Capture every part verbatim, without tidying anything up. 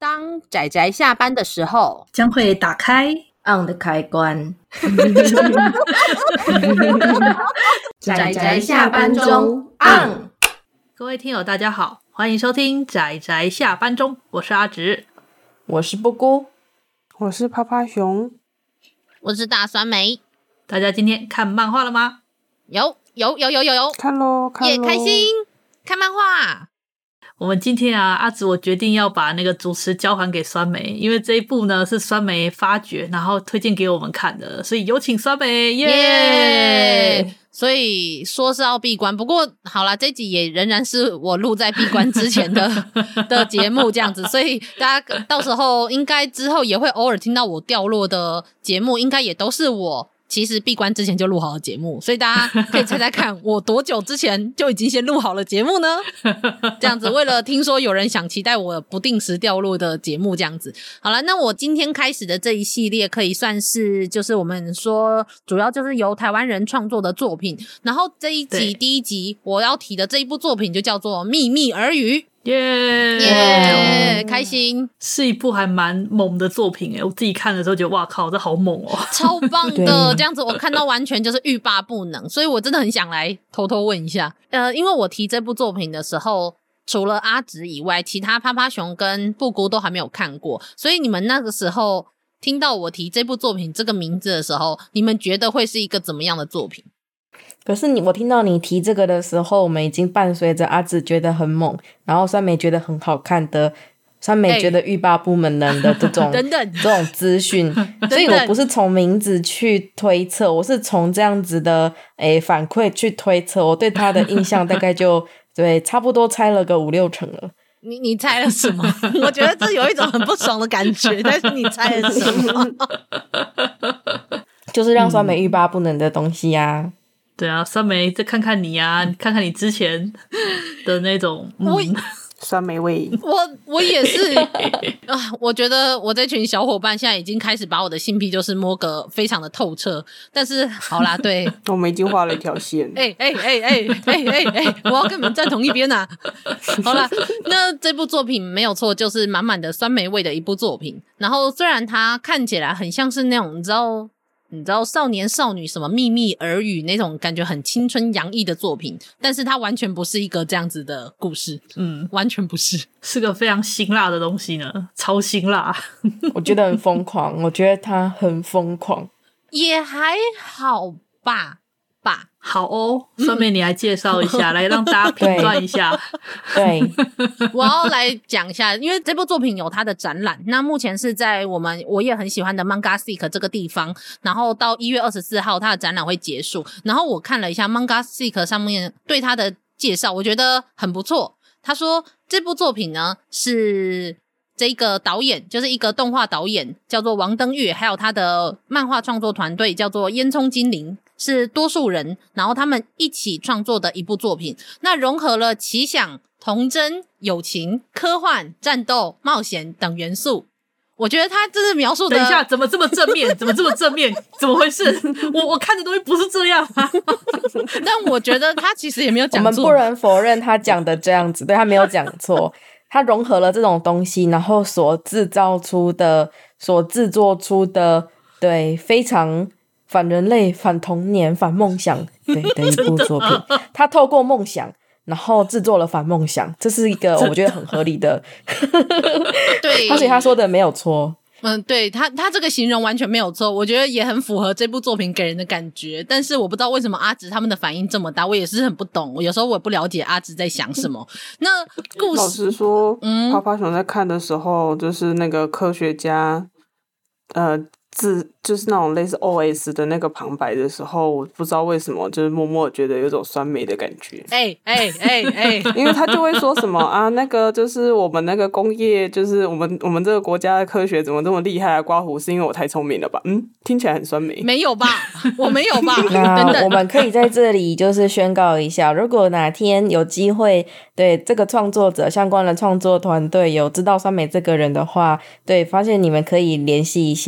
当宅宅下班的时候， 将会打开 on 的开关。 宅宅下班中 on。 各位听友大家好，欢迎收听宅宅下班中，我是阿直， 我是布姑， 我是趴趴熊， 我是大酸梅。 大家今天看漫画了吗？ 有有有有有有， 看咯看咯， 也开心看漫画。 我们今天啊，阿紫我决定要把那个主持交还给酸梅，因为这一部呢是酸梅发掘，然后推荐给我们看的，所以有请酸梅，耶！ Yeah! 所以说是要闭关，不过好啦，这集也仍然是我录在闭关之前的的节目这样子，所以大家到时候应该之后也会偶尔听到我掉落的节目，应该也都是我其实闭关之前就录好的节目，所以大家可以猜猜看我多久之前就已经先录好了节目呢？这样子，为了听说有人想期待我不定时掉落的节目这样子。好了，那我今天开始的这一系列可以算是就是我们说主要就是由台湾人创作的作品，然后这一集第一集我要提的这一部作品就叫做《秘密耳语》。 耶耶，开心！ 是一部还蛮猛的作品诶，我自己看的时候觉得哇靠，这好猛哦， 超棒的！这样子我看到完全就是欲罢不能，所以我真的很想来偷偷问一下，呃，因为我提这部作品的时候，除了阿直以外，其他趴趴熊跟布姑都还没有看过，所以你们那个时候听到我提这部作品这个名字的时候，你们觉得会是一个怎么样的作品？ 可是你我听到你提这个的时候，我们已经伴随着阿紫觉得很猛，然后酸梅觉得很好看的，酸梅觉得欲罢不能的这种、欸、等等这种资讯，所以我不是从名字去推测，我是从这样子的诶反馈去推测，我对他的印象大概就对差不多猜了个五六成了。 你你猜了什么？我觉得这有一种很不爽的感觉，但是你猜了什么？ 就是让酸梅欲罢不能的东西啊。嗯对啊，酸梅再看看你啊，看看你之前的那种、嗯、 我酸梅味。 我我也是啊，我觉得我这群小伙伴现在已经开始把我的性癖就是摸个非常的透彻，但是好啦，对， 我们已经画了一条线。 哎哎哎哎哎哎哎，我要跟你们站同一边啊！好啦，那这部作品没有错，就是满满的酸梅味的一部作品。然后虽然它看起来很像是那种你知道。你知道少年少女什么秘密耳语那种感觉很青春洋溢的作品，但是它完全不是一个这样子的故事，嗯，完全不是， 是个非常辛辣的东西呢，超辛辣。 我觉得很疯狂，我觉得它很疯狂， 也还好吧吧。 好哦，顺便你来介绍一下、嗯、来让大家评断一下。 对， 我要来讲一下，因为这部作品有它的展览，那目前是在我们我也很喜欢的 Mangasick 这个地方，然后到一月二十四号它的展览会结束，然后我看了一下 Mangasick 上面对它的介绍，我觉得很不错。他说这部作品呢是这个导演就是一个动画导演叫做王登月，还有他的漫画创作团队叫做烟囱精灵，是多数人，然后他们一起创作的一部作品，那融合了奇想、童真、友情、科幻、战斗、冒险等元素。我觉得他这是描述的， 等一下怎么这么正面怎么这么正面怎么回事？我我看的东西不是这样啊。 但我觉得他其实也没有讲错， 我们不能否认他讲的这样子，对，他没有讲错。他融合了这种东西，然后所制造出的所制作出的对非常反人类、反童年、反梦想对的一部作品。他透过梦想然后制作了反梦想，这是一个我觉得很合理的对， 而且他说的没有错。 嗯，对，他他这个形容完全没有错，我觉得也很符合这部作品给人的感觉。但是我不知道为什么阿直他们的反应这么大，我也是很不懂。有时候我也不了解阿直在想什么。那故事老实说， 嗯， 趴趴熊在看的时候，就是那个科学家，呃。字就是那种类似 O S 的那个旁白的时候，我不知道为什么就是默默觉得有种酸梅的感觉。 哎哎哎哎， 因为他就会说什么啊，那个就是我们那个工业，就是我们我们这个国家的科学怎么这么厉害啊？刮胡是因为我太聪明了吧？嗯，听起来很酸梅。 没有吧？我没有吧？ 那我们可以在这里就是宣告一下，如果哪天有机会对这个创作者相关的创作团队有知道酸梅这个人的话，对，发现你们可以联系一下。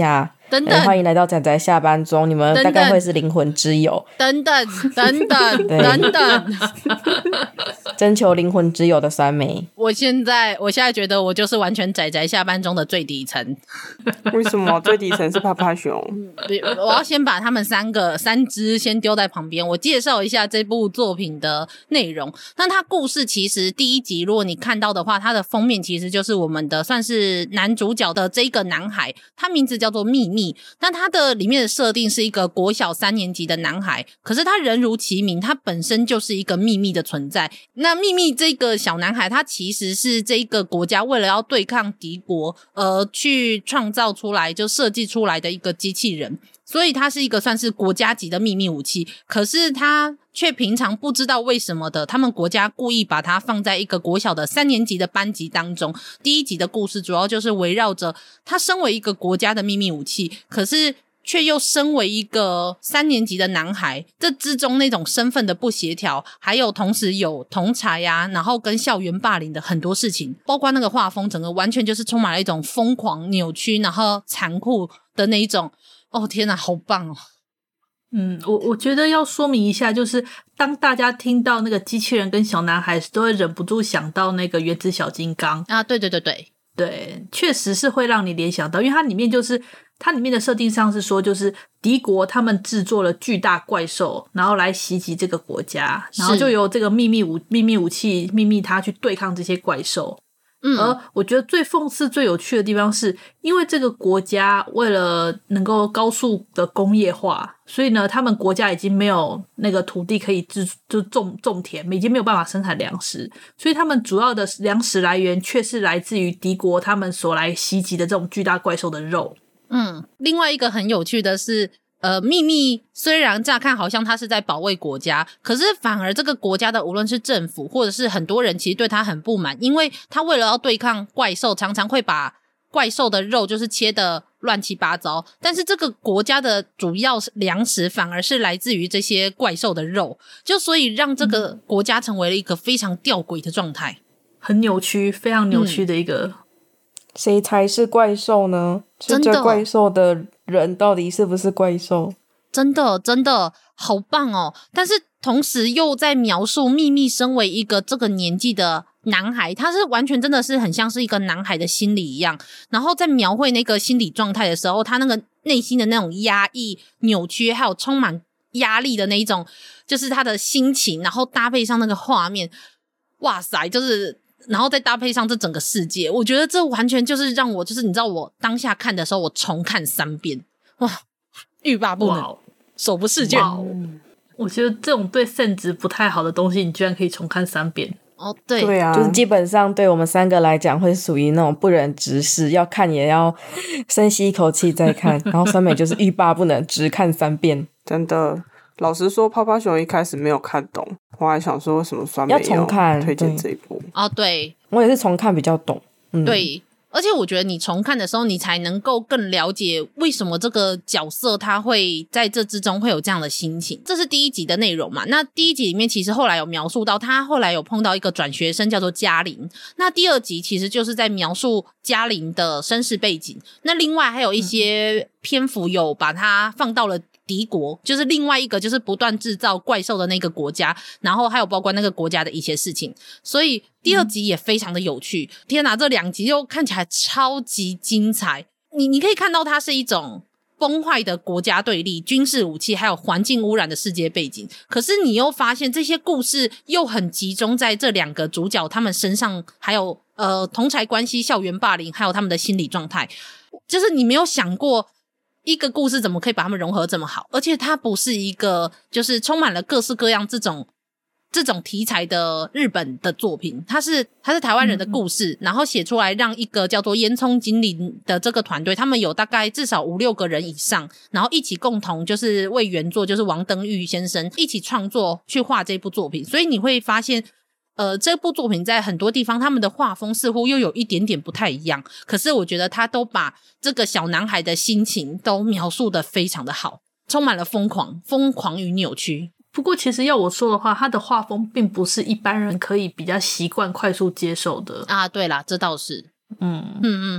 等等、 欸、欢迎来到仔仔下班中，你们大概会是灵魂之友， 等等等等等等征求灵魂之友的酸梅。 我现在我现在觉得我就是完全仔仔下班中的最底层。 为什么最底层是趴趴熊？ 我要先把他们三个三只先丢在旁边，我介绍一下这部作品的内容。那它故事其实第一集如果你看到的话，它的封面其实就是我们的算是男主角的这个男孩，他名字叫做秘密。那他的里面的设定是一个国小三年级的男孩，可是他人如其名，他本身就是一个秘密的存在。那秘密这个小男孩，他其实是这个国家为了要对抗敌国而去创造出来就设计出来的一个机器人，所以他是一个算是国家级的秘密武器，可是他却平常不知道为什么的，他们国家故意把他放在一个国小的三年级的班级当中。第一集的故事主要就是围绕着他身为一个国家的秘密武器，可是却又身为一个三年级的男孩，这之中那种身份的不协调，还有同时有同侪啊，然后跟校园霸凌的很多事情，包括那个画风整个完全就是充满了一种疯狂扭曲然后残酷的那一种。哦天哪，好棒哦。 嗯，我我觉得要说明一下，就是当大家听到那个机器人跟小男孩都会忍不住想到那个原子小金刚啊，对对对对对，确实是会让你联想到，因为它里面就是它里面的设定上是说，就是敌国他们制作了巨大怪兽，然后来袭击这个国家，然后就由这个秘密武秘密武器秘密它去对抗这些怪兽。嗯，而我觉得最讽刺最有趣的地方是，因为这个国家为了能够高速的工业化，所以呢他们国家已经没有那个土地可以制就种种田，已经没有办法生产粮食，所以他们主要的粮食来源却是来自于敌国他们所来袭击的这种巨大怪兽的肉。 嗯，另外一个很有趣的是呃，秘密虽然乍看好像他是在保卫国家，可是反而这个国家的无论是政府或者是很多人其实对他很不满，因为他为了要对抗怪兽，常常会把怪兽的肉就是切得乱七八糟，但是这个国家的主要粮食反而是来自于这些怪兽的肉，就所以让这个国家成为了一个非常吊诡的状态， 很扭曲，非常扭曲的一个、嗯、 谁才是怪兽呢？是这怪兽的人到底是不是怪兽？ 真的真的好棒哦！但是同时又在描述秘密身为一个这个年纪的男孩，他是完全真的是很像是一个男孩的心理一样，然后在描绘那个心理状态的时候，他那个内心的那种压抑扭曲还有充满压力的那一种就是他的心情，然后搭配上那个画面，哇塞，就是然后再搭配上这整个世界，我觉得这完全就是让我就是你知道我当下看的时候我重看三遍，哇，欲罢不能，手不释卷。 我觉得这种对圣职不太好的东西你居然可以重看三遍。 哦，对对啊， 就是基本上对我们三个来讲会属于那种不忍直视，要看也要深吸一口气再看，然后酸梅就是欲罢不能，只看三遍。 真的，老实说泡泡熊一开始没有看懂，我还想说为什么酸梅要重看推荐这一部。 哦，对， 我也是重看比较懂。嗯， 对，而且我觉得你重看的时候你才能够更了解为什么这个角色他会在这之中会有这样的心情，这是第一集的内容嘛。那第一集里面其实后来有描述到他后来有碰到一个转学生叫做嘉玲，那第二集其实就是在描述嘉玲的身世背景，那另外还有一些篇幅有把他放到了敌国，就是另外一个就是不断制造怪兽的那个国家，然后还有包括那个国家的一些事情，所以第二集也非常的有趣、嗯、天哪，这两集又看起来超级精彩，你你可以看到它是一种崩坏的国家对立、军事武器还有环境污染的世界背景，可是你又发现这些故事又很集中在这两个主角他们身上，还有呃同侪关系、校园霸凌还有他们的心理状态，就是你没有想过一个故事怎么可以把他们融合这么好，而且它不是一个就是充满了各式各样这种这种题材的日本的作品，它是它是台湾人的故事、嗯、然后写出来让一个叫做烟囱精灵的这个团队，他们有大概至少五六个人以上，然后一起共同就是为原作就是王登玉先生一起创作去画这部作品，所以你会发现呃，这部作品在很多地方他们的画风似乎又有一点点不太一样，可是我觉得他都把这个小男孩的心情都描述得非常的好，充满了疯狂疯狂与扭曲。 不过其实要我说的话，他的画风并不是一般人可以比较习惯快速接受的啊。对啦，这倒是嗯嗯嗯嗯嗯，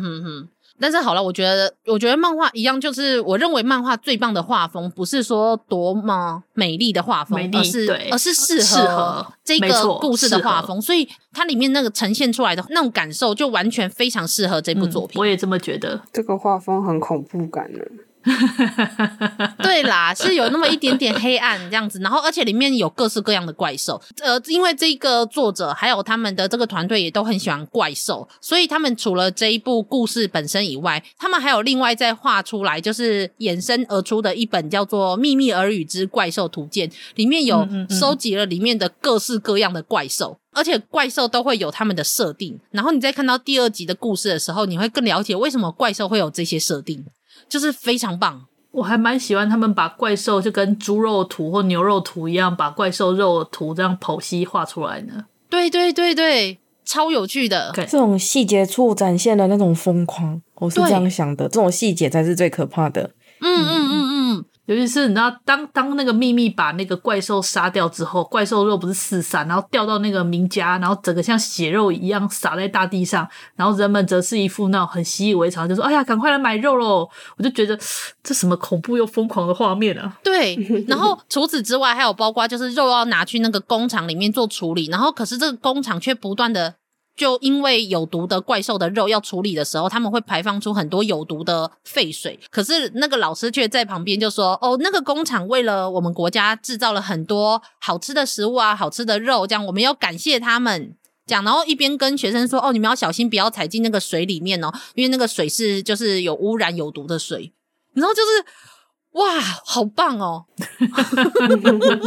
嗯。但是好了，我觉得，我觉得漫画一样，就是我认为漫画最棒的画风，不是说多么美丽的画风，而是而是适合这个故事的画风，所以它里面那个呈现出来的那种感受，就完全非常适合这部作品。 嗯、我也这么觉得， 这个画风很恐怖感呢。 对啦，是有那么一点点黑暗这样子，然后而且里面有各式各样的怪兽。呃，因为这个作者还有他们的这个团队也都很喜欢怪兽，所以他们除了这一部故事本身以外，他们还有另外再画出来，就是衍生而出的一本叫做《秘密耳语之怪兽图鉴》，里面有收集了里面的各式各样的怪兽。而且怪兽都会有他们的设定，然后你在看到第二集的故事的时候，你会更了解为什么怪兽会有这些设定，就是非常棒。 我还蛮喜欢他们把怪兽就跟猪肉图或牛肉图一样，把怪兽肉图这样剖析画出来呢。 对对对对，超有趣的。 这种细节处展现的那种疯狂，我是这样想的，这种细节才是最可怕的。 嗯嗯嗯嗯。 尤其是你知道当当那个秘密把那个怪兽杀掉之后，怪兽肉不是四散，然后掉到那个明家，然后整个像血肉一样洒在大地上，然后人们则是一副那种很习以为常，就说哎呀赶快来买肉咯。我就觉得这什么恐怖又疯狂的画面啊。 对，然后除此之外还有包括就是肉要拿去那个工厂里面做处理，然后可是这个工厂却不断的就因为有毒的怪兽的肉要处理的时候，他们会排放出很多有毒的废水，可是那个老师却在旁边就说哦，那个工厂为了我们国家制造了很多好吃的食物啊，好吃的肉，这样我们要感谢他们，这样，然后一边跟学生说哦，你们要小心不要踩进那个水里面哦，因为那个水是就是有污染有毒的水，然后就是哇好棒哦你们为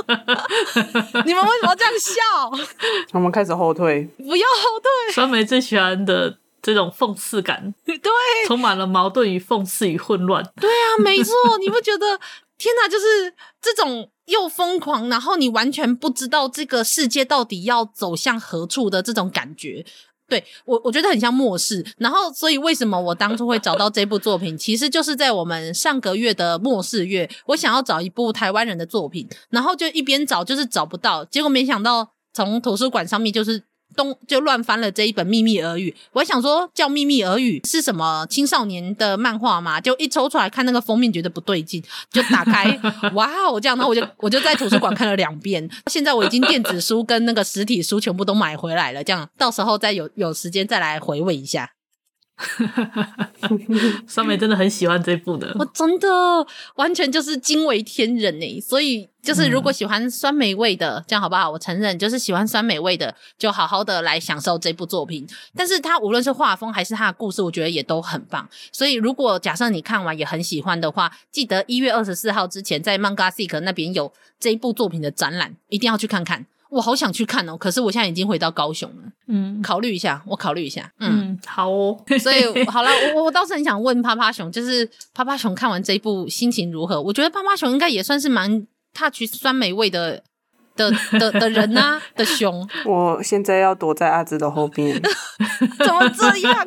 什么这样笑？ 我们开始后退， 不要后退。 酸梅最喜欢的这种讽刺感， 对， 充满了矛盾与讽刺与混乱。 对啊，没错，你不觉得天哪，就是这种又疯狂，然后你完全不知道这个世界到底要走向何处的这种感觉。对，我我觉得很像末世，然后所以为什么我当初会找到这部作品，其实就是在我们上个月的末世月，我想要找一部台湾人的作品，然后就一边找就是找不到，结果没想到从图书馆上面就是东就乱翻了这一本秘密耳语，我还想说叫秘密耳语是什么青少年的漫画嘛，就一抽出来看那个封面觉得不对劲，就打开哇哦这样，然后我就我就在图书馆看了两遍，现在我已经电子书跟那个实体书全部都买回来了，这样到时候再有有时间再来回味一下。 酸梅真的很喜欢这部的， 我真的完全就是惊为天人耶，所以就是如果喜欢酸梅味的、嗯、这样好不好，我承认就是喜欢酸梅味的就好好的来享受这部作品，但是它无论是画风还是它的故事我觉得也都很棒，所以如果假设你看完也很喜欢的话，记得一月二十四号之前在 Mangasick 那边有这一部作品的展览，一定要去看看，我好想去看哦，可是我现在已经回到高雄了，嗯，考虑一下，我考虑一下，嗯， 嗯好哦。 所以好了，我我倒是很想问趴趴熊，就是趴趴熊看完这一部心情如何？我觉得趴趴熊应该也算是蛮touch酸梅味的的的的人啊的熊。 我现在要躲在阿芝的后边， 怎么这样？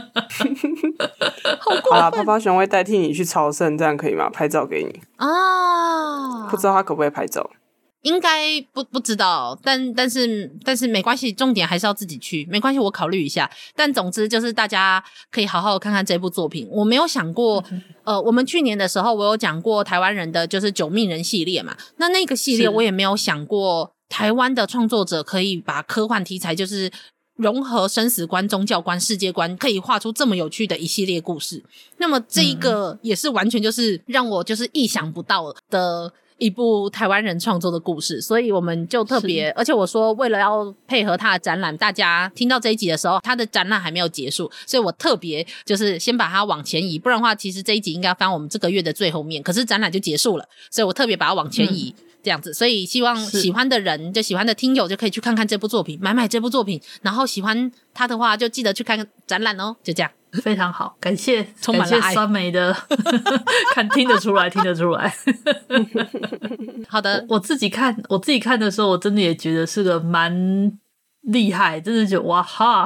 好过分！ 好啦，趴趴熊会代替你去朝圣，这样可以吗？拍照给你啊？不知道他可不可以拍照？ 应该不不知道，但但是但是没关系，重点还是要自己去，没关系，我考虑一下。但总之就是大家可以好好看看这部作品。我没有想过，呃，我们去年的时候我有讲过台湾人的就是九命人系列嘛，那那个系列我也没有想过台湾的创作者可以把科幻题材就是融合生死观、宗教观、世界观，可以画出这么有趣的一系列故事。那么这一个也是完全就是让我就是意想不到的一部台湾人创作的故事，所以我们就特别，而且我说为了要配合他的展览，大家听到这一集的时候他的展览还没有结束，所以我特别就是先把它往前移，不然的话其实这一集应该翻我们这个月的最后面，可是展览就结束了，所以我特别把它往前移、嗯、这样子，所以希望喜欢的人就喜欢的听友就可以去看看这部作品，买买这部作品，然后喜欢他的话就记得去看展览哦，就这样。 非常好，感谢充满了爱， 感谢酸梅的看听得出来听得出来好的， 我自己看我自己看的时候我真的也觉得是个蛮厉害，真的觉得哇哈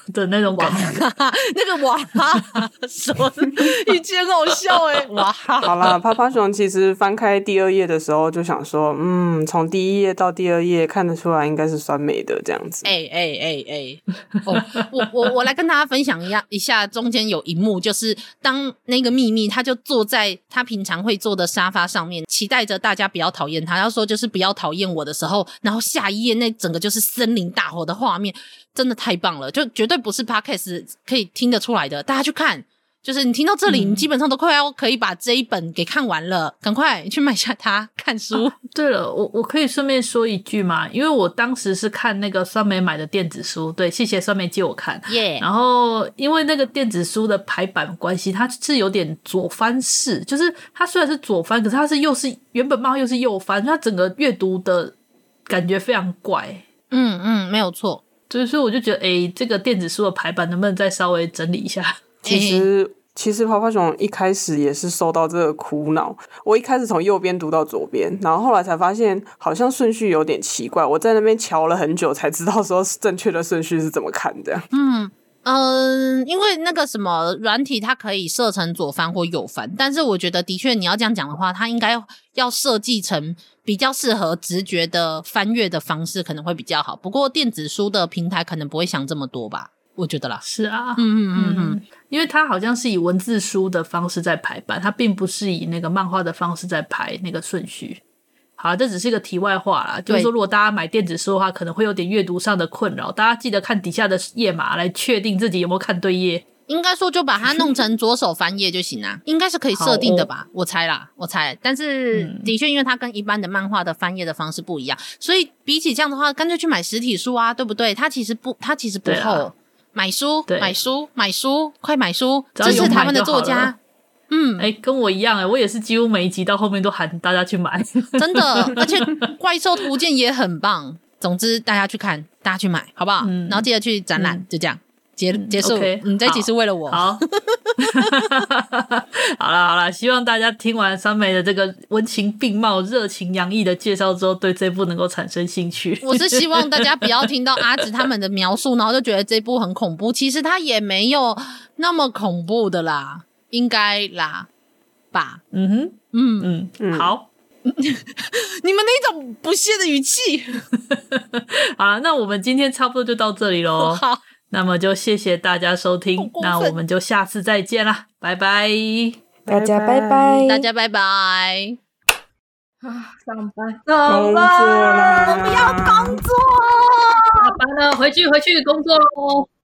的那种感觉。 那个哇哈什么以前很好笑哎、欸，哇哈。 好啦，趴趴熊其实翻开第二页的时候就想说，嗯，从第一页到第二页看得出来应该是酸梅的这样子。 哎哎哎哎，哦，我我我来跟大家分享一下一下，中间有一幕就是当那个秘密他就坐在他平常会坐的沙发上面，期待着大家不要讨厌他，他说就是不要讨厌我的时候，然后下一页那整个就是森林大火的画面，真的太棒了，就绝对不是 podcast 可以听得出来的，大家去看。就是你听到这里、嗯、你基本上都快要可以把这一本给看完了，赶快去买下它看书、啊、 对了，我我可以顺便说一句嘛，因为我当时是看那个酸梅买的电子书，对，谢谢酸梅借我看、 yeah. 然后因为那个电子书的排版关系，它是有点左翻式，就是它虽然是左翻，可是它是又是原本漫画又是右翻，它整个阅读的感觉非常怪。 嗯嗯，没有错。 所以我就觉得诶，这个电子书的排版能不能再稍微整理一下。 其实其实趴趴熊一开始也是受到这个苦恼，我一开始从右边读到左边，然后后来才发现好像顺序有点奇怪，我在那边瞧了很久才知道说正确的顺序是怎么看的。 嗯嗯、呃，因为那个什么软体它可以设成左翻或右翻，但是我觉得的确你要这样讲的话，它应该要设计成比较适合直觉的翻阅的方式可能会比较好，不过电子书的平台可能不会想这么多吧，我觉得啦。 是啊， 嗯嗯嗯嗯， 因为它好像是以文字书的方式在排版，它并不是以那个漫画的方式在排那个顺序。好，这只是一个题外话啦，就是说如果大家买电子书的话可能会有点阅读上的困扰，大家记得看底下的页码来确定自己有没有看对页。 应该说就把它弄成左手翻页就行啦，应该是可以设定的吧、哦、我猜啦我猜，但是的确因为它跟一般的漫画的翻页的方式不一样，所以比起这样的话干脆去买实体书啊，对不对？它其实不它其实不厚，买书买书买书快买书，支持他们的作家。嗯， 哎、欸，跟我一样哎、欸，我也是几乎每一集到后面都喊大家去买， 真的，而且怪兽图鉴也很棒。总之，大家去看，大家去买，好不好？嗯、然后记得去展览、嗯，就这样结结束。 Okay, 嗯，这一集是为了我。 好，好啦好啦，希望大家听完酸梅的这个文情并茂、热情洋溢的介绍之后，对这部能够产生兴趣。 我是希望大家不要听到阿直他们的描述，然后就觉得这部很恐怖，其实它也没有那么恐怖的啦。应该啦吧， 嗯哼，嗯嗯嗯，好， 你们那种不屑的语气。 好了，那我们今天差不多就到这里咯。 好， 那么就谢谢大家收听，那我们就下次再见啦，拜拜， 大家拜拜， 大家拜拜。 啊，上班， 上班， 我不要工作， 下班了，回去回去工作咯。